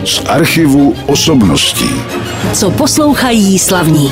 z archivu osobností. Co poslouchají slavní.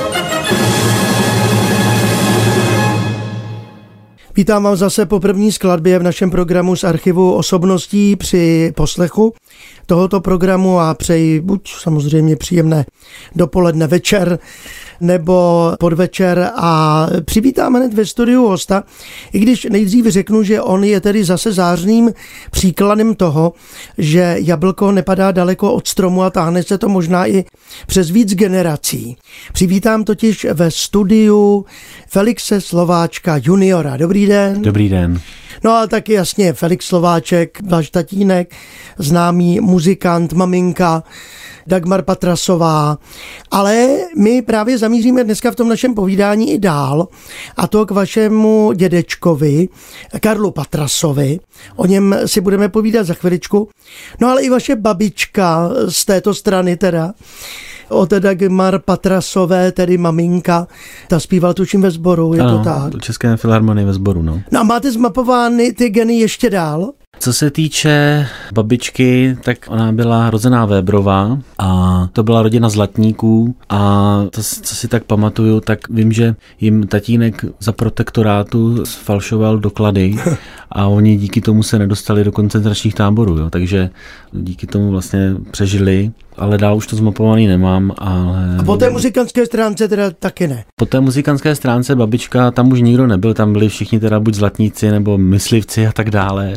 Vítám vás zase po první skladbě v našem programu z archivu osobností při poslechu tohoto programu a přeji buď samozřejmě příjemné dopoledne, večer nebo podvečer a přivítám hned ve studiu hosta, i když nejdřív řeknu, že on je tedy zase zářným příkladem toho, že jablko nepadá daleko od stromu a táhne se to možná i přes víc generací. Přivítám totiž ve studiu Felixe Slováčka juniora. Dobrý den. Dobrý den. No a taky jasně Felix Slováček, váš tatínek, známý muzikant, maminka, Dagmar Patrasová, ale my právě zamíříme dneska v tom našem povídání i dál, a to k vašemu dědečkovi, Karlu Patrasovi, o něm si budeme povídat za chviličku, no ale i vaše babička z této strany teda, od Dagmar Patrasové, tedy maminka, ta zpívala tuším ve sboru, je to tak? Ano, České filharmonie ve sboru, no. No a máte zmapovány ty geny ještě dál? Co se týče babičky, tak ona byla rozená Vébrová a to byla rodina zlatníků a to, co si tak pamatuju, tak vím, že jim tatínek za protektorátu sfalšoval doklady a oni díky tomu se nedostali do koncentračních táborů, jo, takže díky tomu vlastně přežili, ale dál už to zmapovaný nemám, ale... A po té muzikantské stránce teda taky ne? Po té muzikantské stránce babička, tam už nikdo nebyl, tam byli všichni teda buď zlatníci nebo myslivci a tak dále,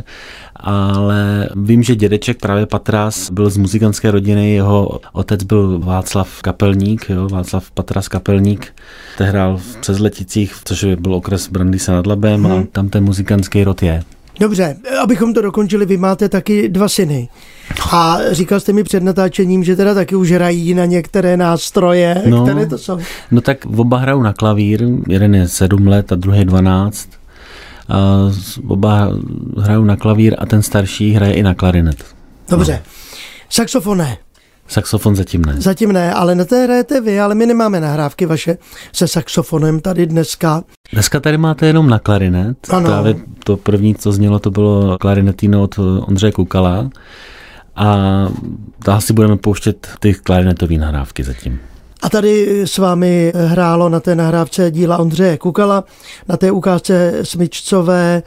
ale vím, že dědeček právě Patras byl z muzikantské rodiny, jeho otec byl Václav Kapelník, jo, Václav Patras Kapelník, ten hrál v Přezleticích, což byl okres Brandýsa nad Labem a tam ten muzikantský rod je. Dobře, abychom to dokončili, vy máte taky 2 syny. A říkal jste mi před natáčením, že teda taky už hrají na některé nástroje, které to jsou? No tak oba hrajou na klavír, jeden je 7 let a druhý 12. A oba hrajou na klavír a ten starší hraje i na klarinet. Dobře. No. Saxofon ne? Saxofon zatím ne. Zatím ne, ale na té hrajete vy, ale my nemáme nahrávky vaše se saxofonem tady dneska. Dneska tady máte jenom na klarinet. Ano. Právě to první, co znělo, to bylo klarinetino od Ondřeje Kukala. A dál si budeme pouštět ty klarinetové nahrávky zatím. A tady s vámi hrálo na té nahrávce díla Ondřeje Kukala, na té ukázce smyčcové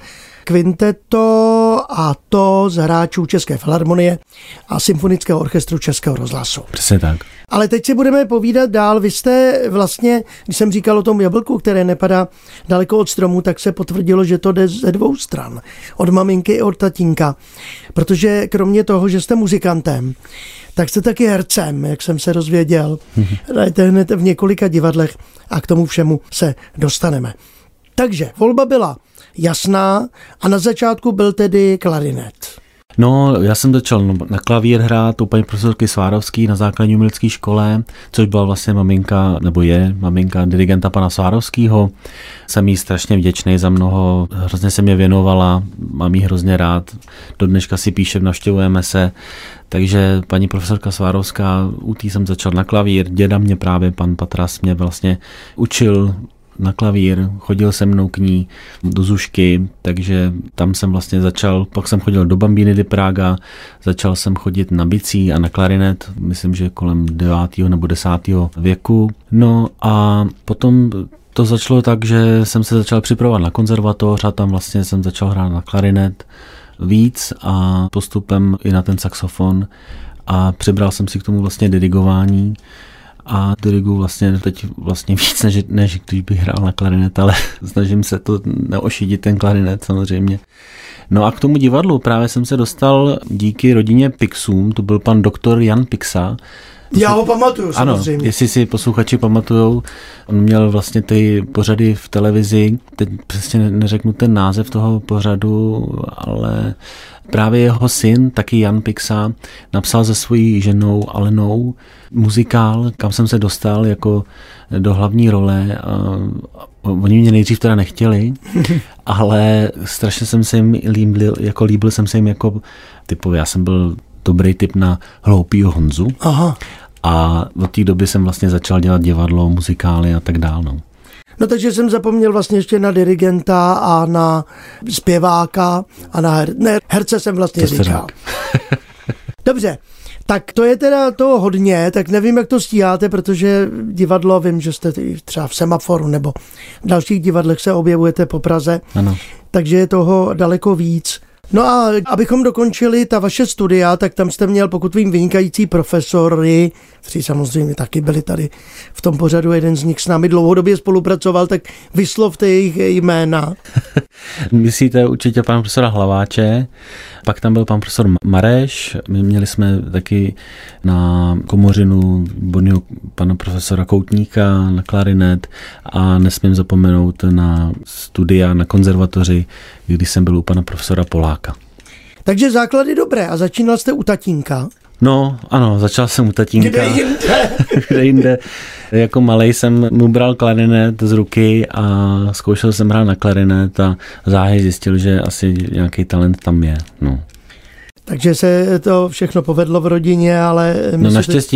kvinteto a to z hráčů České filharmonie a Symfonického orchestru Českého rozhlasu. Přesně tak. Ale teď si budeme povídat dál. Vy jste vlastně, když jsem říkal o tom jablku, které nepadá daleko od stromu, tak se potvrdilo, že to jde ze 2 stran. Od maminky i od tatínka. Protože kromě toho, že jste muzikantem, tak jste taky hercem, jak jsem se dozvěděl. Hrajete hned v několika divadlech a k tomu všemu se dostaneme. Takže volba byla jasná a na začátku byl tedy klarinet. No, já jsem začal na klavír hrát u paní profesorky Svárovský na základní umělecké škole, což byla vlastně maminka, nebo je maminka dirigenta pana Svárovského. Jsem jí strašně vděčný za mnoho, hrozně se mě věnovala, mám jí hrozně rád, do dneška si píšem, navštěvujeme se, takže paní profesorka Svárovská, u té jsem začal na klavír, děda mě právě, pan Patras, mě vlastně učil na klavír, chodil se mnou k ní do Zušky, takže tam jsem vlastně začal, pak jsem chodil do Bambíny di Praga, začal jsem chodit na bicí a na klarinet, myslím, že kolem 9. nebo 10. věku. No a potom to začalo tak, že jsem se začal připravovat na konzervatoř a tam vlastně jsem začal hrát na klarinet víc a postupem i na ten saxofon a přibral jsem si k tomu vlastně dirigování. A diriguju vlastně teď vlastně víc, než když bych hrál na klarinet, ale snažím se to neošidit ten klarinet samozřejmě. No a k tomu divadlu právě jsem se dostal díky rodině Pixům, to byl pan doktor Jan Pixa. Já ho pamatuju samozřejmě. Ano, jestli si posluchači pamatujou, on měl vlastně ty pořady v televizi, teď přesně neřeknu ten název toho pořadu, ale právě jeho syn, taky Jan Pixa, napsal se svojí ženou Alenou muzikál, kam jsem se dostal jako do hlavní role. Oni mě nejdřív teda nechtěli, ale strašně jsem se jim líbil jsem se jim jako typově, já jsem byl dobrý typ na hloupýho Honzu. Aha. A od té doby jsem vlastně začal dělat divadlo, muzikály a tak dál. No takže jsem zapomněl vlastně ještě na dirigenta a na zpěváka a na herce jsem vlastně říkal. Dobře, Tak to je teda toho hodně, tak nevím, jak to stíháte, protože divadlo, vím, že jste třeba v Semaforu nebo v dalších divadlech se objevujete po Praze, ano. Takže je toho daleko víc. No a abychom dokončili ta vaše studia, tak tam jste měl, pokud vím, vynikající profesory, kteří samozřejmě taky byli tady v tom pořadu, jeden z nich s námi dlouhodobě spolupracoval, tak vyslovte jejich jména. Myslíte určitě pana profesora Hlaváče, pak tam byl pan profesor Mareš, my měli jsme taky na komořinu pana profesora Koutníka na klarinet a nesmím zapomenout na studia na konzervatoři, když jsem byl u pana profesora Poláka. Takže základy dobré a začínal jste u tatínka. No, ano, začal jsem u tatínka. Kde jinde? Jako malej jsem mu bral klarinet z ruky a zkoušel jsem hrát na klarinet a záhy zjistil, že asi nějaký talent tam je. No. Takže se to všechno povedlo v rodině, ale... No naštěstí,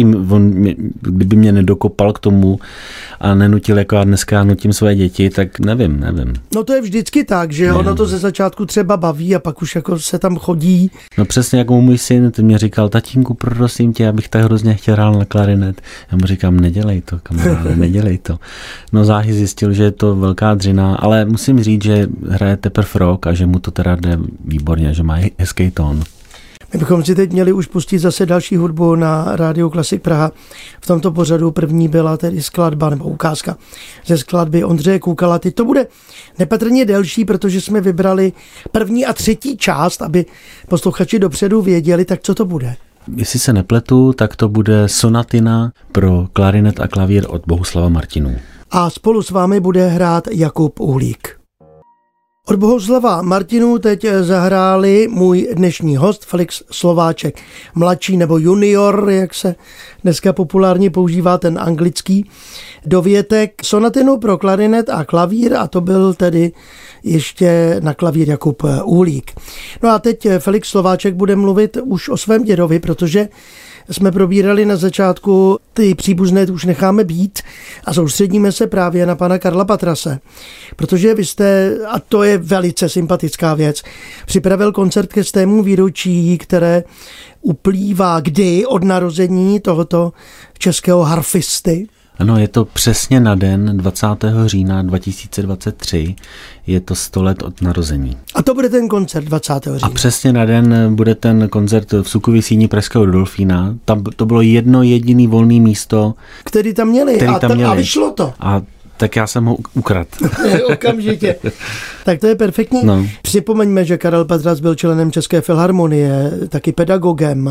kdyby mě nedokopal k tomu a nenutil, jako já dneska nutím své děti, tak nevím. No to je vždycky tak, že ono to ze začátku třeba baví a pak už jako se tam chodí. No přesně jako můj syn, ten mě říkal, tatínku, prosím tě, abych tak hrozně chtěl hrát na klarinet. Já mu říkám, nedělej to, kamaráde, nedělej to. No záhy zjistil, že je to velká dřina, ale musím říct, že hraje teprve rok a že mu to teda jde výborně, že má hezký tón. My bychom si teď měli už pustit zase další hudbu na Rádiu Klasik Praha. V tomto pořadu první byla tedy skladba nebo ukázka ze skladby Ondřeje Koukala. Teď to bude nepatrně delší, protože jsme vybrali první a třetí část, aby posluchači dopředu věděli, tak co to bude. Jestli se nepletu, tak to bude sonatina pro klarinet a klavír od Bohuslava Martinů. A spolu s vámi bude hrát Jakub Uhlík. Od Bohuslava Martinů teď zahráli můj dnešní host Felix Slováček, mladší nebo junior, jak se dneska populárně používá ten anglický dovětek, sonatinu pro klarinet a klavír a to byl tedy ještě na klavír Jakub Uhlík. No a teď Felix Slováček bude mluvit už o svém dědovi, protože jsme probírali na začátku, ty příbuzné už necháme být a soustředíme se právě na pana Karla Patrase. Protože vy jste, a to je velice sympatická věc, připravil koncert ke 100. výročí, které uplývá kdy od narození tohoto českého harfisty. Ano, je to přesně na den 20. října 2023, je to 100 let od narození. A to bude ten koncert 20. října. A přesně na den bude ten koncert v Sukově síni Pražského Rudolfína. Tam to bylo jedno jediné volné místo, který tam měli. A vyšlo to. A tak já jsem ho ukradl. Okamžitě. Tak to je perfektní. No. Připomeňme, že Karel Patras byl členem České filharmonie, taky pedagogem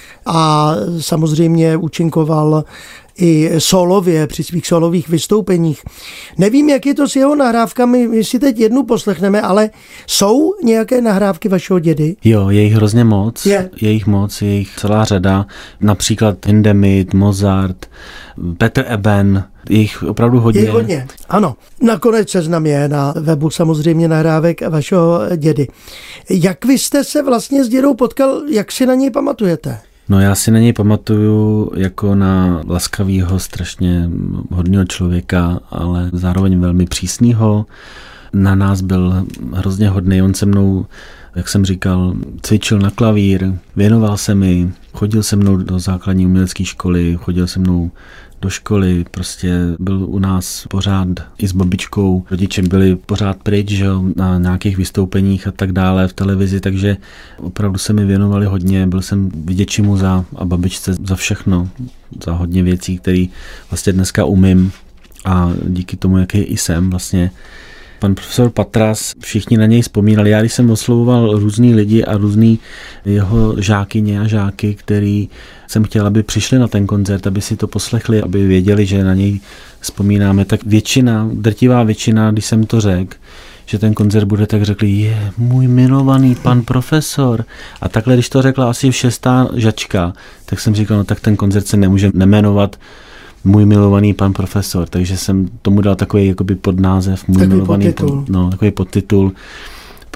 a samozřejmě účinkoval i solově při svých solových vystoupeních. Nevím, jak je to s jeho nahrávkami, my si teď jednu poslechneme, ale jsou nějaké nahrávky vašeho dědy? Jo, je jich hrozně moc. Je jich celá řada. Například Hindemith, Mozart, Petr Eben, je jich opravdu hodně. Je hodně, ano. Nakonec seznam je na webu samozřejmě nahrávek vašeho dědy. Jak vy jste se vlastně s dědou potkal, jak si na něj pamatujete? No já si na něj pamatuju jako na laskavýho, strašně hodného člověka, ale zároveň velmi přísného. Na nás byl hrozně hodný, on se mnou, jak jsem říkal, cvičil na klavír, věnoval se mi, chodil se mnou do základní umělecké školy, chodil se mnou do školy, prostě byl u nás pořád i s babičkou. Rodiče byli pořád pryč, že jo, na nějakých vystoupeních a tak dále v televizi, takže opravdu se mi věnovali hodně. Byl jsem vděčný mu a babičce za všechno, za hodně věcí, které vlastně dneska umím a díky tomu, jaký i jsem vlastně. Pan profesor Patras, všichni na něj vzpomínali. Já když jsem oslovoval různý lidi a různý jeho žákyně a žáky, který jsem chtěl, aby přišli na ten koncert, aby si to poslechli, aby věděli, že na něj vzpomínáme, tak drtivá většina, když jsem to řekl, že ten koncert bude, tak řekli, je můj milovaný pan profesor. A takhle, když to řekla asi 6. žačka, tak jsem říkal, no tak ten koncert se nemůže nejmenovat Můj milovaný pan profesor, takže jsem tomu dal takový jakoby podnázev, můj takový milovaný takový podtitul,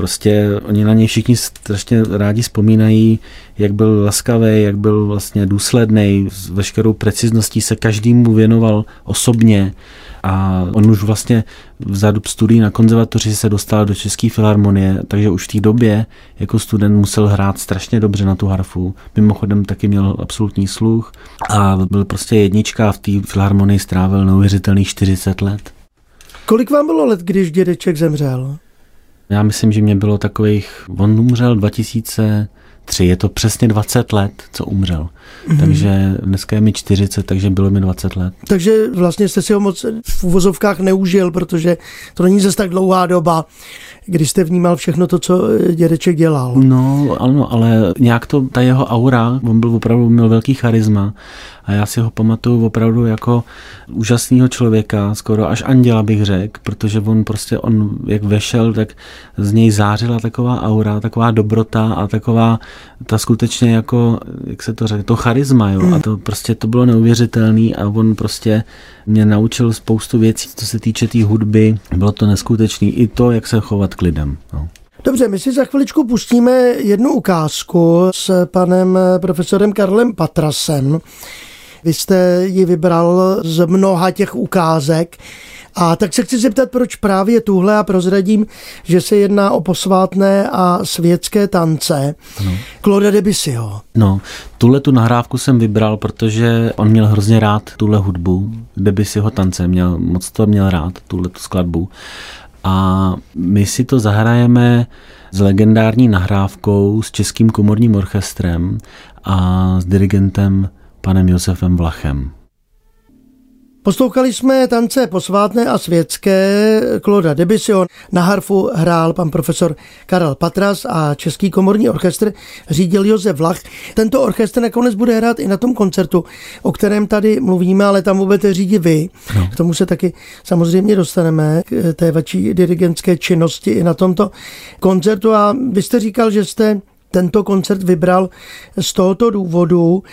Prostě oni na něj všichni strašně rádi vzpomínají, jak byl laskavý, jak byl vlastně důsledný, s veškerou precizností se každému věnoval osobně a on už vlastně vzadu studií na konzervatoři se dostal do České filharmonie, takže už v té době jako student musel hrát strašně dobře na tu harfu. Mimochodem taky měl absolutní sluch a byl prostě jednička a v té filharmonii strávil neuvěřitelných 40 let. Kolik vám bylo let, když dědeček zemřel? Já myslím, že mě bylo takových, on umřel 2003, je to přesně 20 let, co umřel. Takže dneska je mi 40, takže bylo mi 20 let. Takže vlastně jste si ho moc v uvozovkách neužil, protože to není zase tak dlouhá doba, když jste vnímal všechno to, co dědeček dělal. No, ano, ale nějak to, ta jeho aura, on byl opravdu, měl velký charisma a já si ho pamatuju opravdu jako úžasného člověka, skoro až anděla bych řekl, protože on jak vešel, tak z něj zářila taková aura, taková dobrota a taková, ta skutečně jako, jak se to řekne, to charisma, jo, a to prostě to bylo neuvěřitelný a on prostě mě naučil spoustu věcí, co se týče té hudby, bylo to neskutečný, i to, jak se chovat k lidem, no. Dobře, my si za chviličku pustíme jednu ukázku s panem profesorem Karlem Patrasem. Vy jste ji vybral z mnoha těch ukázek. A tak se chci zeptat, proč právě tuhle, a prozradím, že se jedná o posvátné a světské tance Clauda Debussyho. No, tu nahrávku jsem vybral, protože on měl hrozně rád tuhle hudbu, Debussyho tance, moc to měl rád, tu skladbu. A my si to zahrajeme s legendární nahrávkou s Českým komorním orchestrem a s dirigentem panem Josefem Vlachem. Poslouchali jsme tance posvátné a světské Clauda Debussyho. Na harfu hrál pan profesor Karel Patras a Český komorní orchestr řídil Josef Vlach. Tento orchestr nakonec bude hrát i na tom koncertu, o kterém tady mluvíme, ale tam budete řídit vy. No. K tomu se taky samozřejmě dostaneme, k té vaší dirigentské činnosti i na tomto koncertu. A vy jste říkal, že jste tento koncert vybral z tohoto důvodu.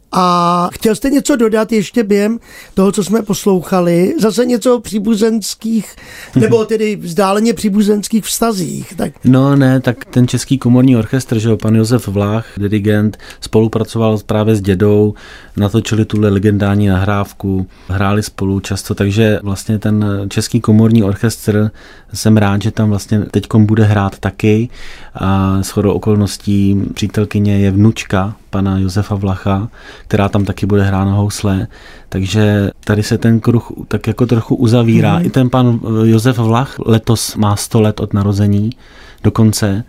A chtěl jste něco dodat ještě během toho, co jsme poslouchali? Zase něco o příbuzenských, nebo tedy vzdáleně příbuzenských vztazích? Tak. No ne, tak ten Český komorní orchestr, že jo, pan Josef Vlach, dirigent, spolupracoval právě s dědou, natočili tuhle legendární nahrávku, hráli spolu často, takže vlastně ten Český komorní orchestr, jsem rád, že tam vlastně teďkom bude hrát taky a shodou okolností přítelkyně je vnučka pana Josefa Vlacha, která tam taky bude hrát na housle, takže tady se ten kruh tak jako trochu uzavírá. I ten pan Josef Vlach letos má 100 let od narození dokonce,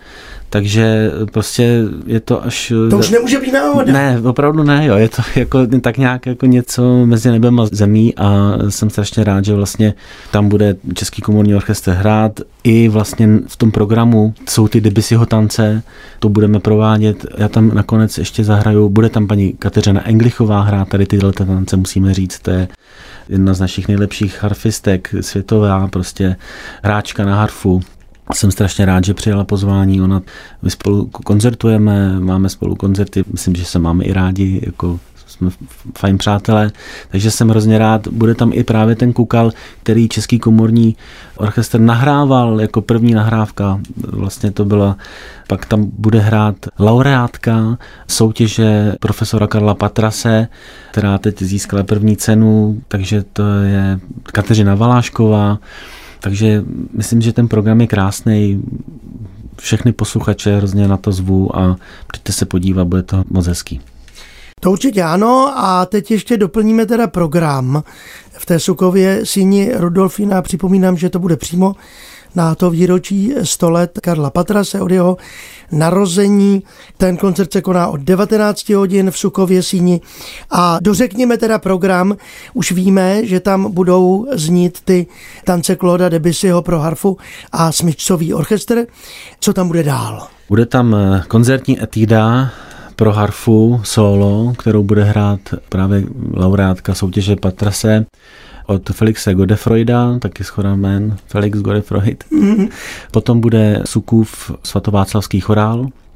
takže prostě je to až... To už nemůže být náhoda. Ne, opravdu ne, jo, je to jako, tak nějak jako něco mezi nebem a zemí a jsem strašně rád, že vlastně tam bude Český komorní orchestr hrát. I vlastně v tom programu jsou ty Debussyho tance, to budeme provádět. Já tam nakonec ještě zahraju, bude tam paní Kateřina Englichová hrát tady tyhle tance, musíme říct, to je jedna z našich nejlepších harfistek, světová prostě hráčka na harfu. Jsem strašně rád, že přijala pozvání, my spolu koncertujeme, máme spolu koncerty, myslím, že se máme i rádi, jako jsme fajn přátelé, takže jsem hrozně rád. Bude tam i právě ten Kukal, který Český komorní orchestr nahrával jako první nahrávka, vlastně to byla, pak tam bude hrát laureátka soutěže profesora Karla Patrase, která teď získala první cenu, takže to je Kateřina Valášková. Takže myslím, že ten program je krásný. Všechny posluchače hrozně na to zvu a přijďte se podívat, bude to moc hezký. To určitě ano a teď ještě doplníme teda program v té Sukově síni Rudolfína. Připomínám, že to bude přímo na to výročí 100 let Karla Patrase od jeho narození. Ten koncert se koná od 19 hodin v Sukově síni a dořekněme teda program. Už víme, že tam budou znít ty tance Clauda Debussyho pro harfu a smyčcový orchestr. Co tam bude dál? Bude tam koncertní etída pro harfu solo, kterou bude hrát právě laureátka soutěže Patrase od Felixe Godefroida, taky shoda jmén, Felix Godefroid. Potom bude Sukův svatováclavský chorál,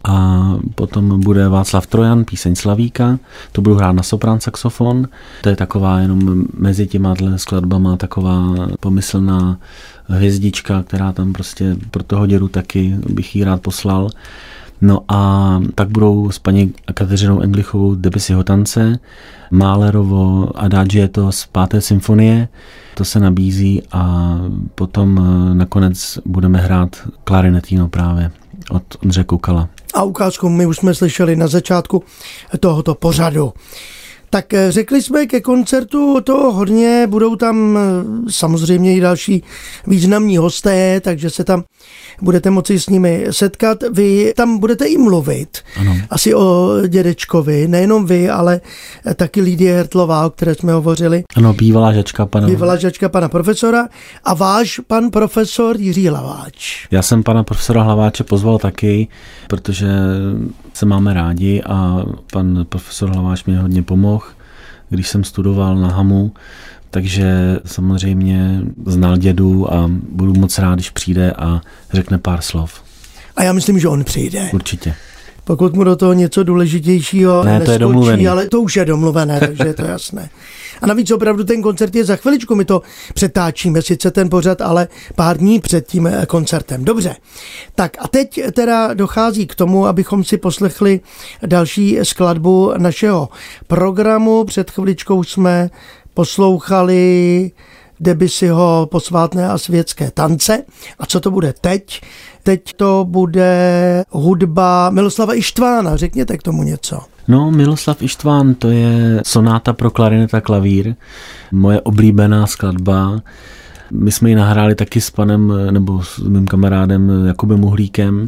a potom bude Václav Trojan, píseň Slavíka, to budu hrát na soprán saxofon, to je taková jenom mezi těma skladbama taková pomyslná hvězdička, která tam prostě pro toho dědu taky bych jí rád poslal. No a tak budou s paní Kateřinou Englichovou Debussyho tance, Mahlerovo Adagieto z 5. symfonie, to se nabízí a potom nakonec budeme hrát Clarinetino právě od Ondřeje Koukala. A ukázku my už jsme slyšeli na začátku tohoto pořadu. Tak řekli jsme ke koncertu toho hodně, budou tam samozřejmě i další významní hosté, takže se tam budete moci s nimi setkat. Vy tam budete i mluvit, ano. Asi o dědečkovi, nejenom vy, ale taky Lidie Hertlová, o které jsme hovořili. Ano, bývalá žačka pana profesora a váš pan profesor Jiří Hlaváč. Já jsem pana profesora Hlaváče pozval taky, protože se máme rádi a pan profesor Hlaváč mě hodně pomohl, když jsem studoval na Hamu, takže samozřejmě znal dědu a budu moc rád, když přijde a řekne pár slov. A já myslím, že on přijde. Určitě. Pokud mu do toho něco důležitějšího neskočí, to je domluvený. Ale to už je domluvené, takže je to jasné. A navíc opravdu ten koncert je za chviličku, my to přetáčíme, sice ten pořad, ale pár dní před tím koncertem. Dobře, tak a teď teda dochází k tomu, abychom si poslechli další skladbu našeho programu. Před chviličkou jsme poslouchali Debussyho Posvátné a světské tance. A co to bude teď? Teď to bude hudba Miloslava Ištvána. Řekněte k tomu něco. No, Miloslav Ištván, to je sonáta pro klarinet a klavír. Moje oblíbená skladba. My jsme ji nahráli taky s panem, nebo s mým kamarádem Jakubem Uhlíkem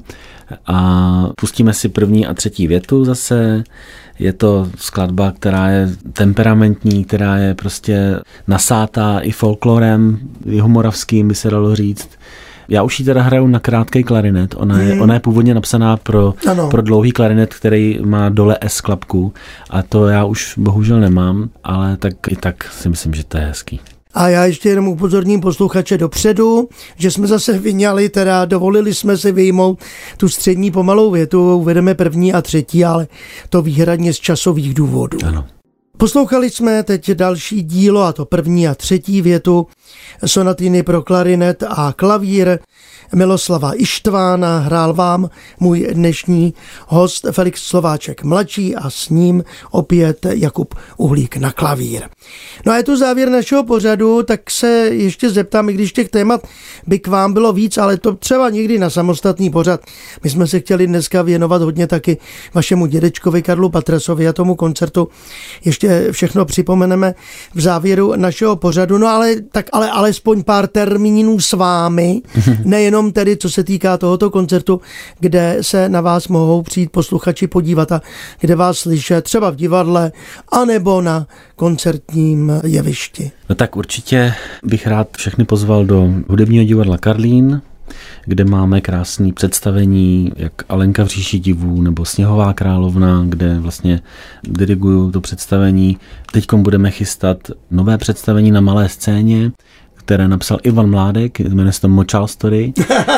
a pustíme si první a třetí větu zase. Je to skladba, která je temperamentní, která je prostě nasátá i folklorem, jihomoravským by se dalo říct. Já už ji teda hraju na krátký klarinet. Ona je původně napsaná pro dlouhý klarinet, který má dole S klapku a to já už bohužel nemám, ale tak i tak si myslím, že to je hezký. A já ještě jenom upozorním posluchače dopředu, že jsme zase vyňali, teda dovolili jsme si vyjmout tu střední pomalou větu, uvedeme první a třetí, ale to výhradně z časových důvodů. Ano. Poslouchali jsme teď další dílo, a to první a třetí větu sonatiny pro klarinet a klavír Miloslava Ištvána. Hrál vám můj dnešní host Felix Slováček mladší a s ním opět Jakub Uhlík na klavír. No a je to závěr našeho pořadu, tak se ještě zeptám, i když těch témat by k vám bylo víc, ale to třeba někdy na samostatný pořad. My jsme se chtěli dneska věnovat hodně taky vašemu dědečkovi Karlu Patrasovi a tomu koncertu. Ještě všechno připomeneme v závěru našeho pořadu, no ale tak ale alespoň pár termínů s vámi, nejenom tedy, co se týká tohoto koncertu, kde se na vás mohou přijít posluchači podívat a kde vás slyšet třeba v divadle anebo na koncertním jevišti. No tak určitě bych rád všechny pozval do hudebního divadla Karlín, kde máme krásné představení, jak Alenka v říši divů nebo Sněhová královna, kde vlastně diriguju to představení. Teďkom budeme chystat nové představení na malé scéně, které napsal Ivan Mládek, jmenuje se to Močál Story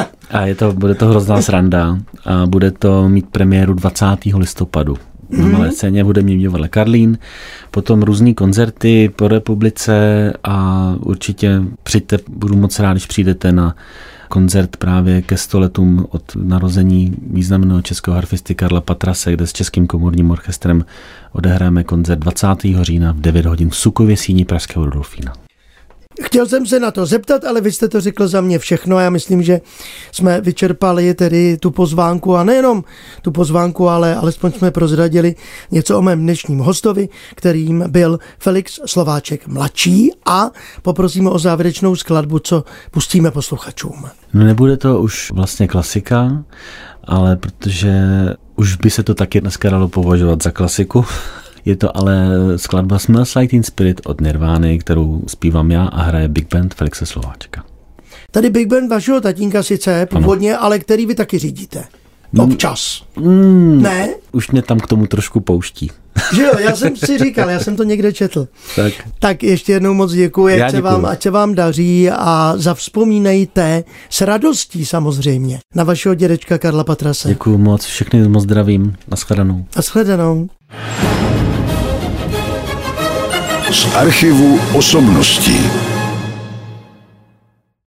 a bude to hrozná sranda a bude to mít premiéru 20. listopadu. Na malé scéně v hudebním divadle Karlín, potom různý koncerty po republice a určitě přijďte, budu moc rád, když přijdete na koncert právě ke 100 letům od narození významného českého harfisty Karla Patrase, kde s Českým komorním orchestrem odehráme koncert 20. října v 9 hodin v Sukově síni pražského Rudolfína. Chtěl jsem se na to zeptat, ale vy jste to řekl za mě všechno a já myslím, že jsme vyčerpali tedy tu pozvánku a nejenom tu pozvánku, ale alespoň jsme prozradili něco o mém dnešním hostovi, kterým byl Felix Slováček mladší a poprosíme o závěrečnou skladbu, co pustíme posluchačům. No nebude to už vlastně klasika, ale protože už by se to taky dneska dalo považovat za klasiku. Je to ale skladba Smells Like Teen Spirit od Nirvány, kterou zpívám já a hraje Big Band Felixe Slováčka. Tady Big Band vašeho tatínka sice původně, ano, ale který vy taky řídíte. Občas. Ne? Už mě tam k tomu trošku pouští. Že jo, já jsem si říkal, já jsem to někde četl. Tak ještě jednou moc děkuji, ať se vám daří a zavzpomínejte s radostí samozřejmě na vašeho dědečka Karla Patrase. Děkuji moc, všechny moc zdravím, nashledanou. Nashledanou. Z archivu osobností.